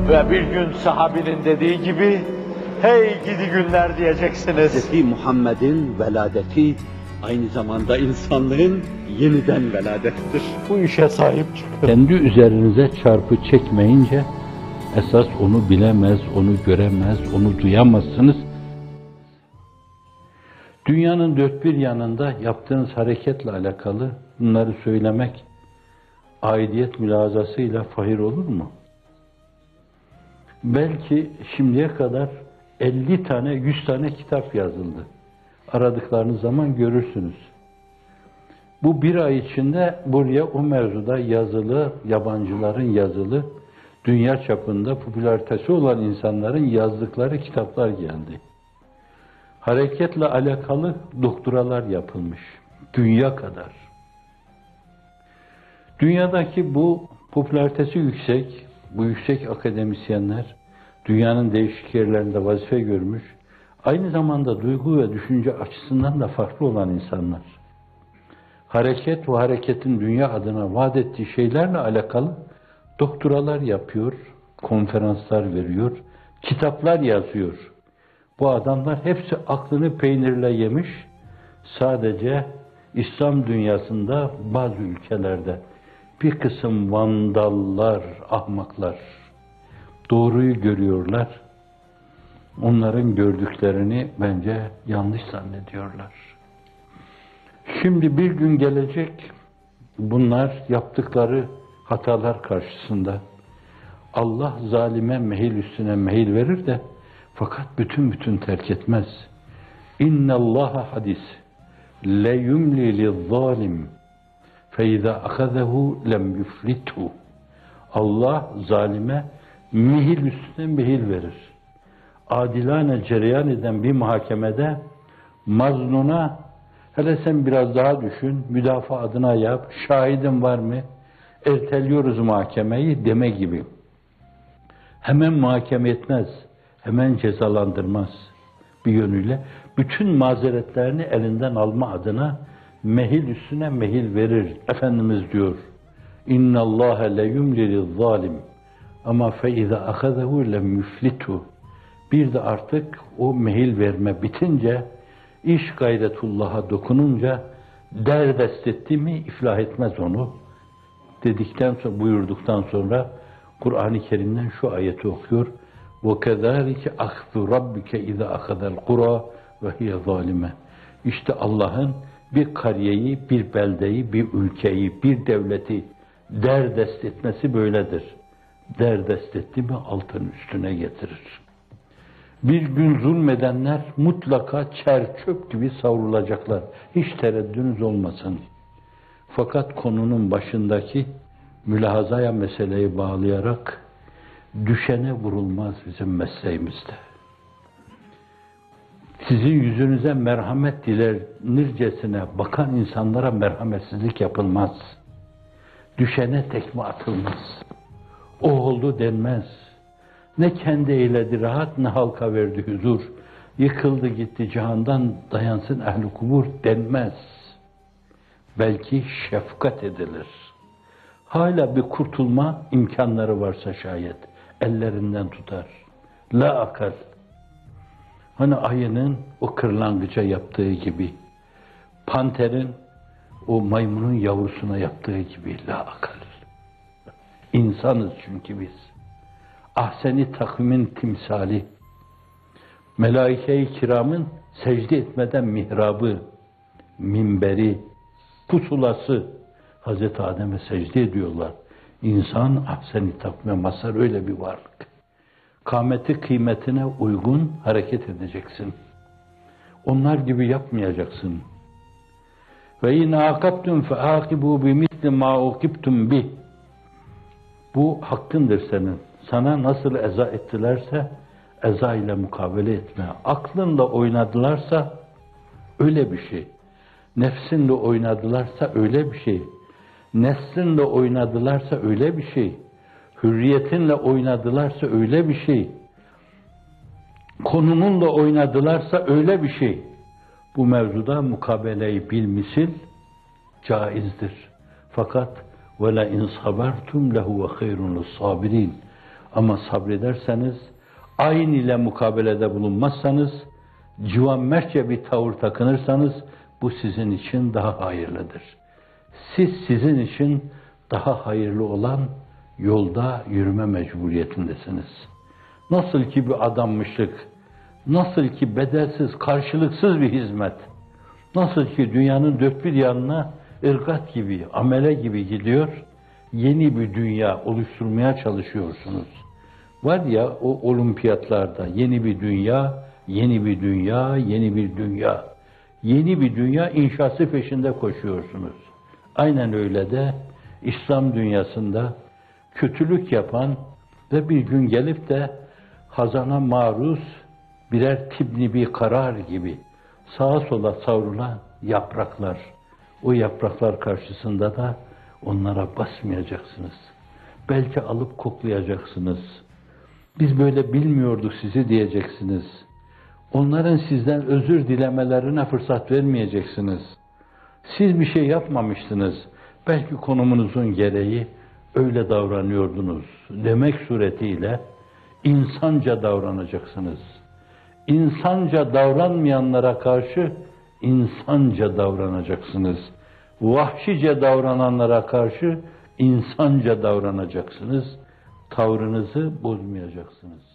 Ve bir gün sahabinin dediği gibi, hey gidi günler diyeceksiniz. Hz. Muhammed'in veladeti aynı zamanda insanlığın yeniden veladettir. Bu işe sahip çıkın. Kendi üzerinize çarpı çekmeyince, esas onu bilemez, onu göremez, onu duyamazsınız. Dünyanın dört bir yanında yaptığınız hareketle alakalı bunları söylemek, aidiyet mülazasıyla fahir olur mu? Belki şimdiye kadar 50 tane, 100 tane kitap yazıldı. Aradıklarınız zaman görürsünüz. Bu bir ay içinde buraya o mevzuda yazılı, yabancıların yazılı, dünya çapında popülaritesi olan insanların yazdıkları kitaplar geldi. Hareketle alakalı doktoralar yapılmış. Dünya kadar. Dünyadaki bu popülaritesi yüksek, bu yüksek akademisyenler, dünyanın değişik yerlerinde vazife görmüş, aynı zamanda duygu ve düşünce açısından da farklı olan insanlar. Hareket ve hareketin dünya adına vaat ettiği şeylerle alakalı doktoralar yapıyor, konferanslar veriyor, kitaplar yazıyor. Bu adamlar hepsi aklını peynirle yemiş, sadece İslam dünyasında bazı ülkelerde bir kısım vandallar, ahmaklar doğruyu görüyorlar. Onların gördüklerini bence yanlış zannediyorlar. Şimdi bir gün gelecek, bunlar yaptıkları hatalar karşısında Allah zalime mehil üstüne mehil verir de fakat bütün terk etmez. İnne Allaha hadis le yumli liz-zalim fe iza ahazahu lem yuflithu. Allah zalime mehil üstüne mehil verir. Adilane cereyan eden bir muhakemede mazluna hele sen biraz daha düşün, müdafaa adına yap, şahidin var mı? Erteliyoruz muhakemeyi deme gibi. Hemen muhakeme etmez, hemen cezalandırmaz bir yönüyle. Bütün mazeretlerini elinden alma adına mehil üstüne mehil verir. Efendimiz diyor, İnna Allah le yumli liz-zalim ama fe iza ahazahu lem yuflitu. Bir de artık o mehil verme bitince, iş gayretullah'a dokununca derdest etti mi iflah etmez onu dedikten sonra, buyurduktan sonra Kur'an-ı Kerim'den şu ayeti okuyor. وَكَذَٰلِكَ أَخْذُ رَبِّكَ اِذَا أَخَذَ الْقُرَى وَهِيَ ظَالِمَةٌ. İşte Allah'ın bir kariyeyi, bir beldeyi, bir ülkeyi, bir devleti derdest etmesi böyledir. Derdest etti mi altın üstüne getirir. Bir gün zulmedenler mutlaka çer çöp gibi savrulacaklar. Hiç tereddünüz olmasın. Fakat konunun başındaki mülahazaya meseleyi bağlayarak düşene vurulmaz bizim mesleğimizde. Sizin yüzünüze merhamet dilenircesine bakan insanlara merhametsizlik yapılmaz. Düşene tekme atılmaz. O oldu denmez. Ne kendi eyledi rahat, ne halka verdi huzur. Yıkıldı gitti cihandan, dayansın ehl-i kubur denmez. Belki şefkat edilir. Hala bir kurtulma imkanları varsa şayet, ellerinden tutar. La akal. Hani ayının o kırlangıca yaptığı gibi, panterin o maymunun yavrusuna yaptığı gibi la akal. İnsanız çünkü biz. Ahseni takvimin timsali, melaike-i kiramın secde etmeden mihrabı, minberi, pusulası, Hazreti Adem'e secde ediyorlar. İnsan ahsen-i takvime mazhar öyle bir varlık. Kâmeti kıymetine uygun hareket edeceksin. Onlar gibi yapmayacaksın. Ve in âkabtum feâkibû bimisli mâ ukibtum bih. Bu hakkındır senin. Sana nasıl eza ettilerse eza ile mukabele etme. Aklınla oynadılarsa öyle bir şey. Nefsinle oynadılarsa öyle bir şey. Neslinle oynadılarsa öyle bir şey. Hürriyetinle oynadılarsa öyle bir şey. Konumunla oynadılarsa öyle bir şey. Bu mevzuda mukabeleyi bilmisil caizdir. Fakat وَلَا اِنْ صَبَرْتُمْ لَهُ وَخَيْرٌ لِلصَّابِرِينَ. Ama sabrederseniz, ayn ile mukabelede bulunmazsanız, civanmertçe bir tavır takınırsanız, bu sizin için daha hayırlıdır. Siz sizin için daha hayırlı olan yolda yürüme mecburiyetindesiniz. Nasıl ki bir adanmışlık, nasıl ki bedelsiz, karşılıksız bir hizmet, nasıl ki dünyanın dört bir yanına ırgat gibi, amele gibi gidiyor, yeni bir dünya oluşturmaya çalışıyorsunuz. Var ya o olimpiyatlarda yeni bir dünya, yeni bir dünya, yeni bir dünya, yeni bir dünya inşası peşinde koşuyorsunuz. Aynen öyle de İslam dünyasında kötülük yapan ve bir gün gelip de hazana maruz birer tibni bir karar gibi sağa sola savrulan yapraklar, o yapraklar karşısında da onlara basmayacaksınız. Belki alıp koklayacaksınız. Biz böyle bilmiyorduk sizi diyeceksiniz. Onların sizden özür dilemelerine fırsat vermeyeceksiniz. Siz bir şey yapmamıştınız. Belki konumunuzun gereği öyle davranıyordunuz demek suretiyle insanca davranacaksınız. İnsanca davranmayanlara karşı insanca davranacaksınız. Vahşice davrananlara karşı insanca davranacaksınız. Tavrınızı bozmayacaksınız.